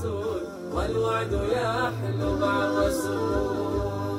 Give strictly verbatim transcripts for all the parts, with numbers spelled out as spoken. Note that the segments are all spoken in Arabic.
الرسول والوعد يحلو مع الرسول.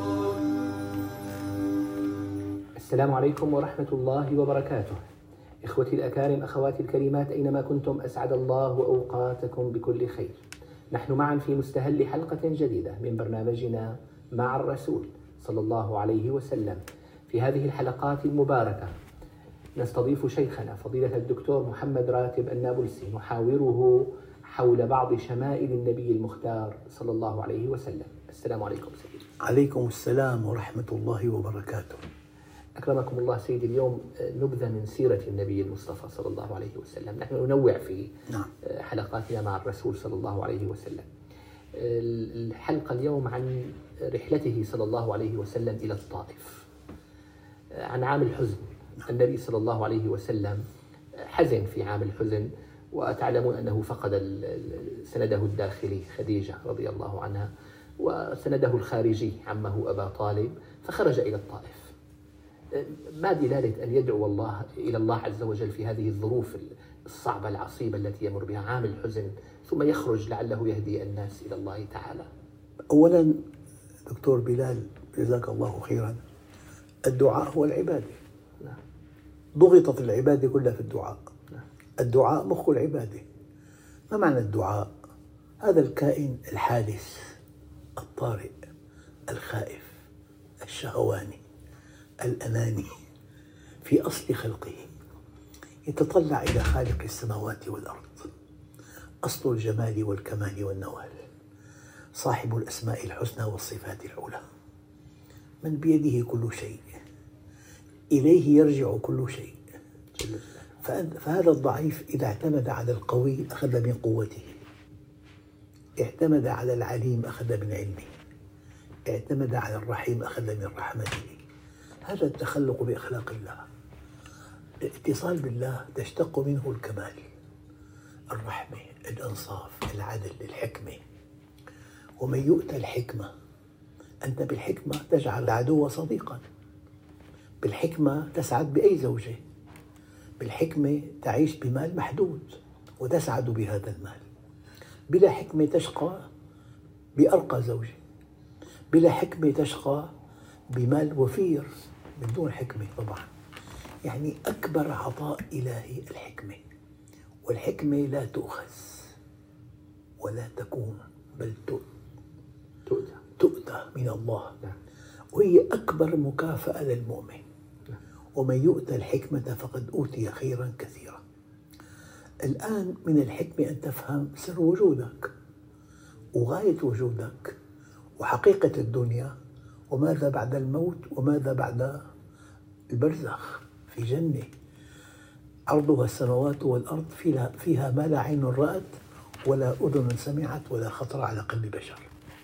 السلام عليكم ورحمة الله وبركاته. إخوتي الأكارم، أخواتي الكريمات، أينما كنتم أسعد الله أوقاتكم بكل خير. نحن معا في مستهل حلقة جديدة من برنامجنا مع الرسول صلى الله عليه وسلم. في هذه الحلقات المباركة نستضيف شيخنا فضيلة الدكتور محمد راتب النابلسي، نحاوره حول بعض شمائل النبي المختار صلى الله عليه وسلم. السلام عليكم سيدي. عليكم السلام ورحمة الله وبركاته. أكرمكم الله سيدي. اليوم نبذة من سيرة النبي المصطفى صلى الله عليه وسلم. نحن ننوع في نعم. حلقاتنا مع الرسول صلى الله عليه وسلم. الحلقة اليوم عن رحلته صلى الله عليه وسلم إلى الطائف، عن عام الحزن. نعم. النبي صلى الله عليه وسلم حزن في عام الحزن، وتعلمون أنه فقد سنده الداخلي خديجة رضي الله عنها، وسنده الخارجي عمه أبا طالب، فخرج إلى الطائف. ما دلالة أن يدعو الله إلى الله عز وجل في هذه الظروف الصعبة العصيبة التي يمر بها عام الحزن، ثم يخرج لعله يهدي الناس إلى الله تعالى؟ أولا دكتور بلال جزاك الله خيرا، الدعاء هو العبادة. نعم. ضغطت العبادة كلها في الدعاء. نعم. الدعاء مخ العبادة. ما معنى الدعاء؟ هذا الكائن الحادث الطارئ الخائف الشهواني الأناني في أصل خلقه يتطلع إلى خالق السماوات والأرض، أصل الجمال والكمال والنوال، صاحب الأسماء الحسنى والصفات العلى، من بيده كل شيء، إليه يرجع كل شيء. فهذا الضعيف إذا اعتمد على القوي أخذ من قوته، اعتمد على العليم أخذ من علمه، اعتمد على الرحيم أخذ من رحمته. هذا التخلق بأخلاق الله. الاتصال بالله تشتق منه الكمال، الرحمة، الإنصاف، العدل، الحكمة. ومن يؤتى الحكمة، أنت بالحكمة تجعل العدو صديقا، بالحكمة تسعد بأي زوجة، بالحكمة تعيش بمال محدود وتسعد بهذا المال. بلا حكمة تشقى بأرقى زوجة، بلا حكمة تشقى بمال وفير من دون حكمة طبعا. يعني أكبر عطاء إلهي الحكمة، والحكمة لا تؤخذ ولا تكون، بل تؤتى تؤتى من الله. وهي أكبر مكافأة للمؤمن. ومن يؤتى الحكمة فقد أوتي خيرا كثيرا. الآن من الحكمة أن تفهم سر وجودك وغاية وجودك وحقيقة الدنيا، وماذا بعد الموت، وماذا بعد البرزخ في جنة عرضها السماوات والأرض، فيها, فيها ما لا عين رأت ولا أذن سمعت ولا خطر على قلب بشر.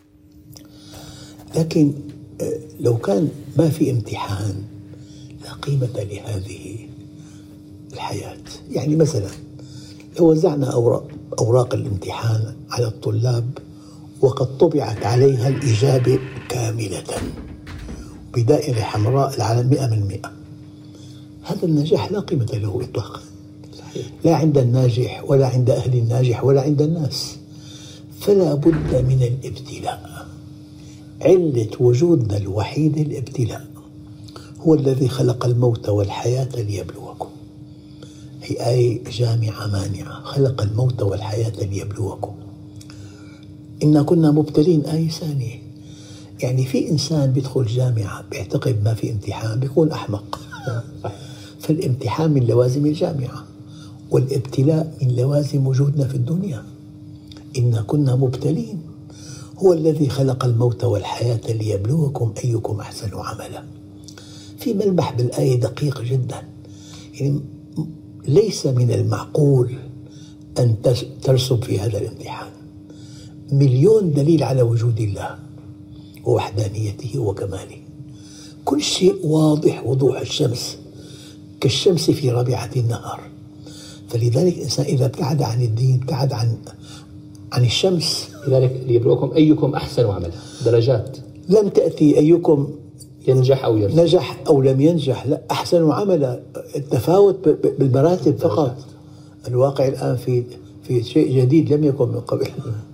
لكن لو كان ما في امتحان لا قيمة لهذه الحياة. يعني مثلا لو وزعنا أوراق, أوراق الامتحان على الطلاب وقد طبعت عليها الإجابة كاملة بدائرة حمراء على مئة من مئة، هذا النجاح لا قيمة له إطلاقا، لا عند الناجح ولا عند أهل الناجح ولا عند الناس. فلا بد من الابتلاء. علة وجودنا الوحيد الابتلاء. هو الذي خلق الموت والحياة ليبلوكم. هي آية جامعة مانعة، خلق الموت والحياة ليبلوكم. إنا كنا مبتلين، آية ثانية. يعني في إنسان بيدخل جامعة بيعتقد ما في امتحان بيكون أحمق. فالامتحان من لوازم الجامعة، والابتلاء من لوازم وجودنا في الدنيا. إنا كنا مبتلين. هو الذي خلق الموت والحياة ليبلوكم أيكم أحسن عملا. في ملمح بالآية دقيق جدا. يعني ليس من المعقول أن ترسب في هذا الامتحان. مليون دليل على وجود الله ووحدانيته وكماله. كل شيء واضح وضوح الشمس، كالشمس في رابعة النهار. فلذلك الإنسان إذا ابتعد عن الدين ابتعد عن عن الشمس. لذلك ليبلوكم أيكم أحسن عملا، درجات. لم تأتي أيكم ينجح أو يرسل، نجح أو لم ينجح، لا، أحسن عملا. التفاوت بالمراتب فقط. الواقع الآن في في شيء جديد لم يكن من قبل.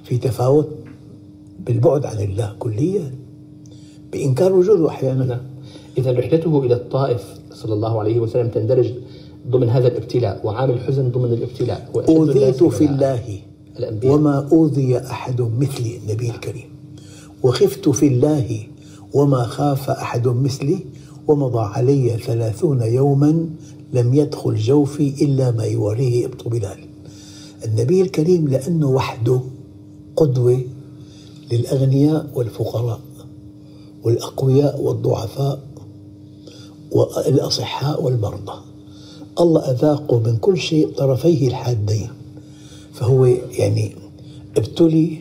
في تفاوت بالبعد عن الله كليا، بإنكار وجوده أحيانا. نعم. إذا رحلته إلى الطائف صلى الله عليه وسلم تندرج ضمن هذا الابتلاء، وعام الحزن ضمن الابتلاء. أوذيت في الله الأنبياء. وما أوذي أحد مثلي، النبي الكريم، وخفت في الله وما خاف أحد مثلي، ومضى علي ثلاثون يوما لم يدخل جوفي إلا ما يوريه إبط بلال. النبي الكريم لأنه وحده قدوة للأغنياء والفقراء والأقوياء والضعفاء والأصحاء والمرضى، الله أذاقه من كل شيء طرفيه الحادين، فهو يعني ابتلي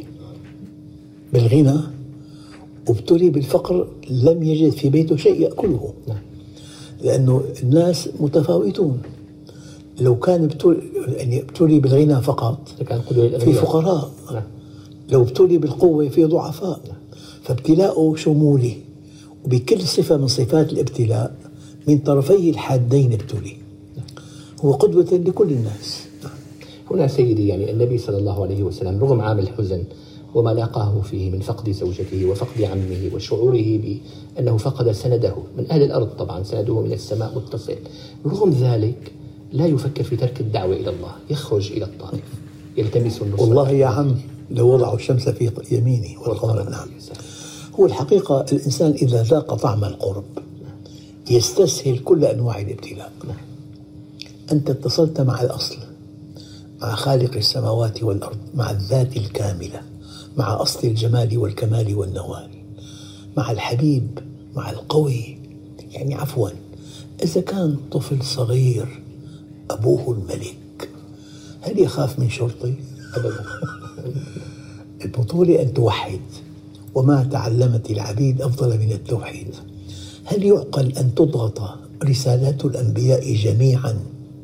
بالغنى وابتلي بالفقر، لم يجد في بيته شيء يأكله، لأنه الناس متفاوتون. لو كان ابتلي يعني ابتلي بالغنى فقط في فقراء، لو ابتلي بالقوة في ضعفاء، فابتلاؤه شمولي، وبكل صفة من صفات الابتلاء من طرفيه الحادين ابتلي، هو قدوة لكل الناس. هنا سيدي يعني النبي صلى الله عليه وسلم رغم عام الحزن وما لاقاه فيه من فقد زوجته وفقد عمه وشعوره بأنه فقد سنده من أهل الأرض، طبعا سنده من السماء متصل، رغم ذلك لا يفكر في ترك الدعوة إلى الله، يخرج إلى الطائف يلتمس النصرة. والله يا عم لو وضعوا الشمس في يمينه والقمر. نعم. هو الحقيقة الإنسان إذا ذاق طعم القرب يستسهل كل أنواع الابتلاء. أنت اتصلت مع الأصل، مع خالق السماوات والأرض، مع الذات الكاملة، مع أصل الجمال والكمال والنوال، مع الحبيب، مع القوي. يعني عفوا إذا كان طفل صغير أبوه الملك هل يخاف من شرطي؟ أبدا. البطولة أن توحد، وما تعلمت العبيد أفضل من التوحيد. هل يعقل أن تضغط رسالات الأنبياء جميعا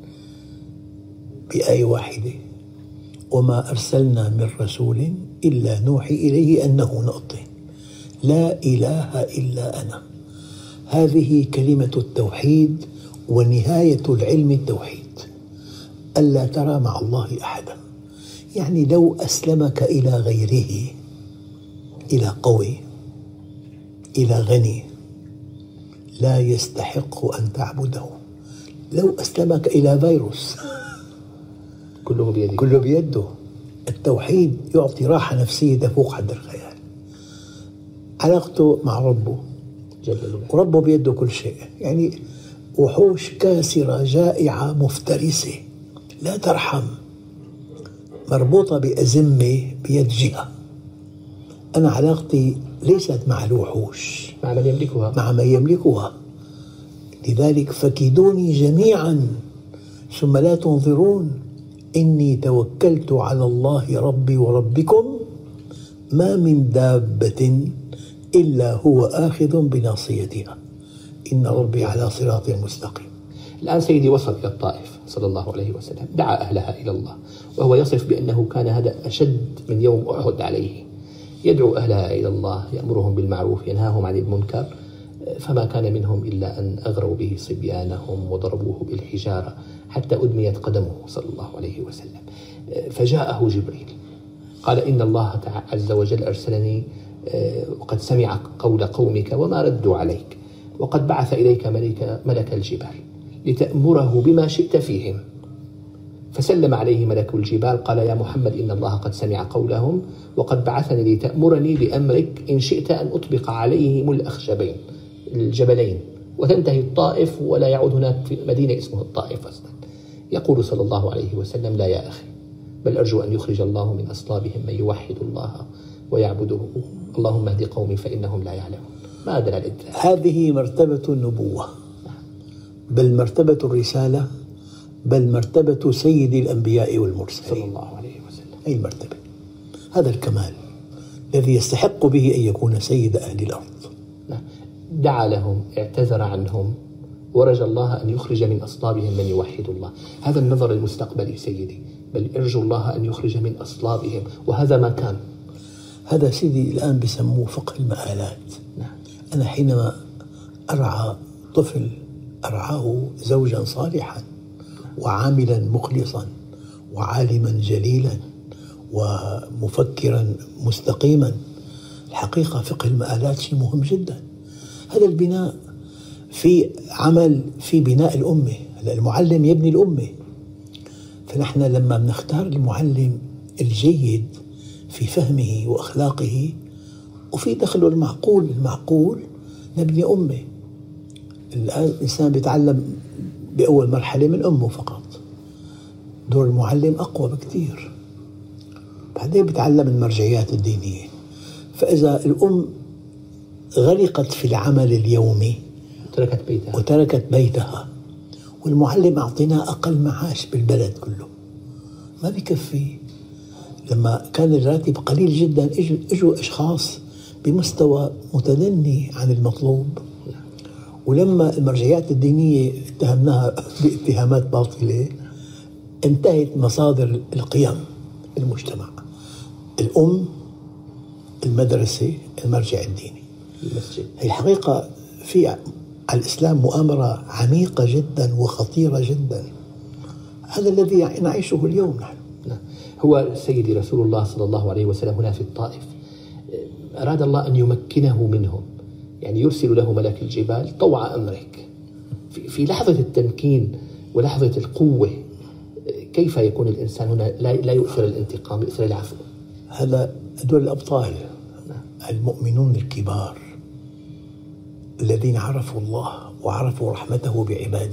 بآية واحدة؟ وما أرسلنا من رسول إلا نوحي إليه أنه نقطة لا إله إلا أنا. هذه كلمة التوحيد ونهاية العلم التوحيد، ألا ترى مع الله أحدا. يعني لو أسلمك إلى غيره، إلى قوي، إلى غني، لا يستحق أن تعبده. لو أسلمك إلى فيروس كله بيده، كله بيده. التوحيد يعطي راحة نفسية تفوق حد الخيال. علاقته مع ربه جل جلاله، وربه بيده كل شيء. يعني وحوش كاسرة جائعة مفترسة لا ترحم، مربوطة بأزمة بيد جهة. أنا علاقتي ليست مع الوحوش، مع من يملكها، مع من يملكها. لذلك فكيدوني جميعا ثم لا تنظرون إني توكلت على الله ربي وربكم ما من دابة إلا هو آخذ بناصيتها إن ربي على صراط مستقيم. الآن سيدي وصل إلى الطائف صلى الله عليه وسلم، دعا أهلها إلى الله، وهو يصف بأنه كان هذا أشد من يوم أحد عليه. يدعو أهلها إلى الله، يأمرهم بالمعروف، ينهاهم عن المنكر، فما كان منهم إلا أن أغروا به صبيانهم وضربوه بالحجارة حتى أدميت قدمه صلى الله عليه وسلم. فجاءه جبريل قال إن الله عز وجل أرسلني وقد سمع قول قومك وما ردوا عليك، وقد بعث إليك ملك, ملك الجبال لتأمره بما شئت فيهم. فسلم عليه ملك الجبال قال يا محمد إن الله قد سمع قولهم وقد بعثني لتأمرني بأمرك إن شئت أن أطبق عليهم الأخشبين الجبلين وتنتهي الطائف ولا يعود هناك في مدينة اسمه الطائف أصلا. يقول صلى الله عليه وسلم لا يا أخي، بل أرجو أن يخرج الله من أصلابهم من يوحد الله ويعبده، اللهم اهد قومي فإنهم لا يعلمون. ما دلالة هذه مرتبة النبوة، بل مرتبة الرسالة، بل مرتبة سيد الأنبياء والمرسلين صلى الله عليه وسلم. أي المرتبة، هذا الكمال الذي يستحق به أن يكون سيد أهل الأرض. دعا لهم، اعتذر عنهم، ورجى الله أن يخرج من أصلابهم من يوحد الله. هذا النظر المستقبلي سيدي، بل ارجو الله أن يخرج من أصلابهم، وهذا ما كان. هذا سيدي الآن بسموه فقه المآلات. نعم. أنا حينما أرعى طفل، أرعاه زوجا صالحا وعاملا مخلصا وعالما جليلا ومفكرا مستقيما. الحقيقة فقه المآلات شيء مهم جدا. هذا البناء في عمل في بناء الأمة، المعلم يبني الأمة. فنحن لما بنختار المعلم الجيد في فهمه وأخلاقه وفي دخله المعقول المعقول نبني أمة. الآن الإنسان بيتعلم بأول مرحلة من أمه فقط، دور المعلم أقوى بكثير، بعدين بيتعلم المرجعيات الدينية. فإذا الأم غرقت في العمل اليومي وتركت بيتها وتركت بيتها والمعلم أعطيناه أقل معاش بالبلد كله ما بيكفي. لما كان الراتب قليل جدا اجوا أشخاص بمستوى متدني عن المطلوب، ولما المرجعيات الدينية اتهمناها باتهامات باطلة انتهت مصادر القيم المجتمع: الأم، المدرسة، المرجع الديني، المسجد. هي الحقيقة في على الإسلام مؤامرة عميقة جدا وخطيرة جدا. هذا الذي نعيشه اليوم نحن. هو سيدي رسول الله صلى الله عليه وسلم هنا في الطائف أراد الله أن يمكنه منهم، يعني يرسل له ملك الجبال طوع أمرك. في لحظة التمكين ولحظة القوة كيف يكون الإنسان هنا لا يؤثر الانتقام، يؤثر العفو؟ هذا دول الأبطال، المؤمنون الكبار الذين عرفوا الله وعرفوا رحمته بعباده.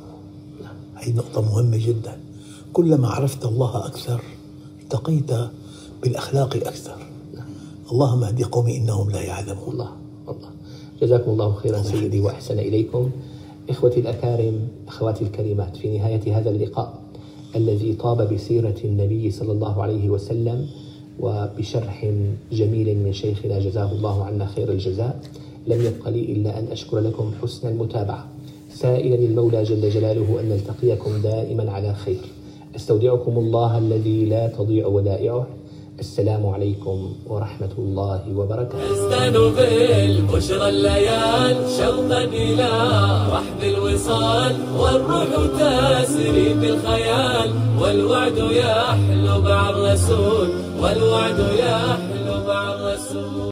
هذه نقطة مهمة جدا. كلما عرفت الله أكثر ارتقيت بالأخلاق أكثر. اللهم اهد قومي إنهم لا يعلمون. الله الله جزاكم الله خيرا سيدي وأحسن إليكم. إخوتي الأكارم، أخواتي الكريمات، في نهاية هذا اللقاء الذي طاب بسيرة النبي صلى الله عليه وسلم وبشرح جميل من شيخنا جزاه الله عنا خير الجزاء، لم يبق لي إلا أن أشكر لكم حسن المتابعة، سائلا المولى جل جلاله أن نلتقيكم دائما على خير. أستودعكم الله الذي لا تضيع ودائعه. السلام عليكم ورحمة الله وبركاته. أزدان بالبشرى الليال شوقا إلى رحب الوصال، والروح تسري بالخيال، والوعد يحلو مع الرسول، والوعد يحلو مع الرسول.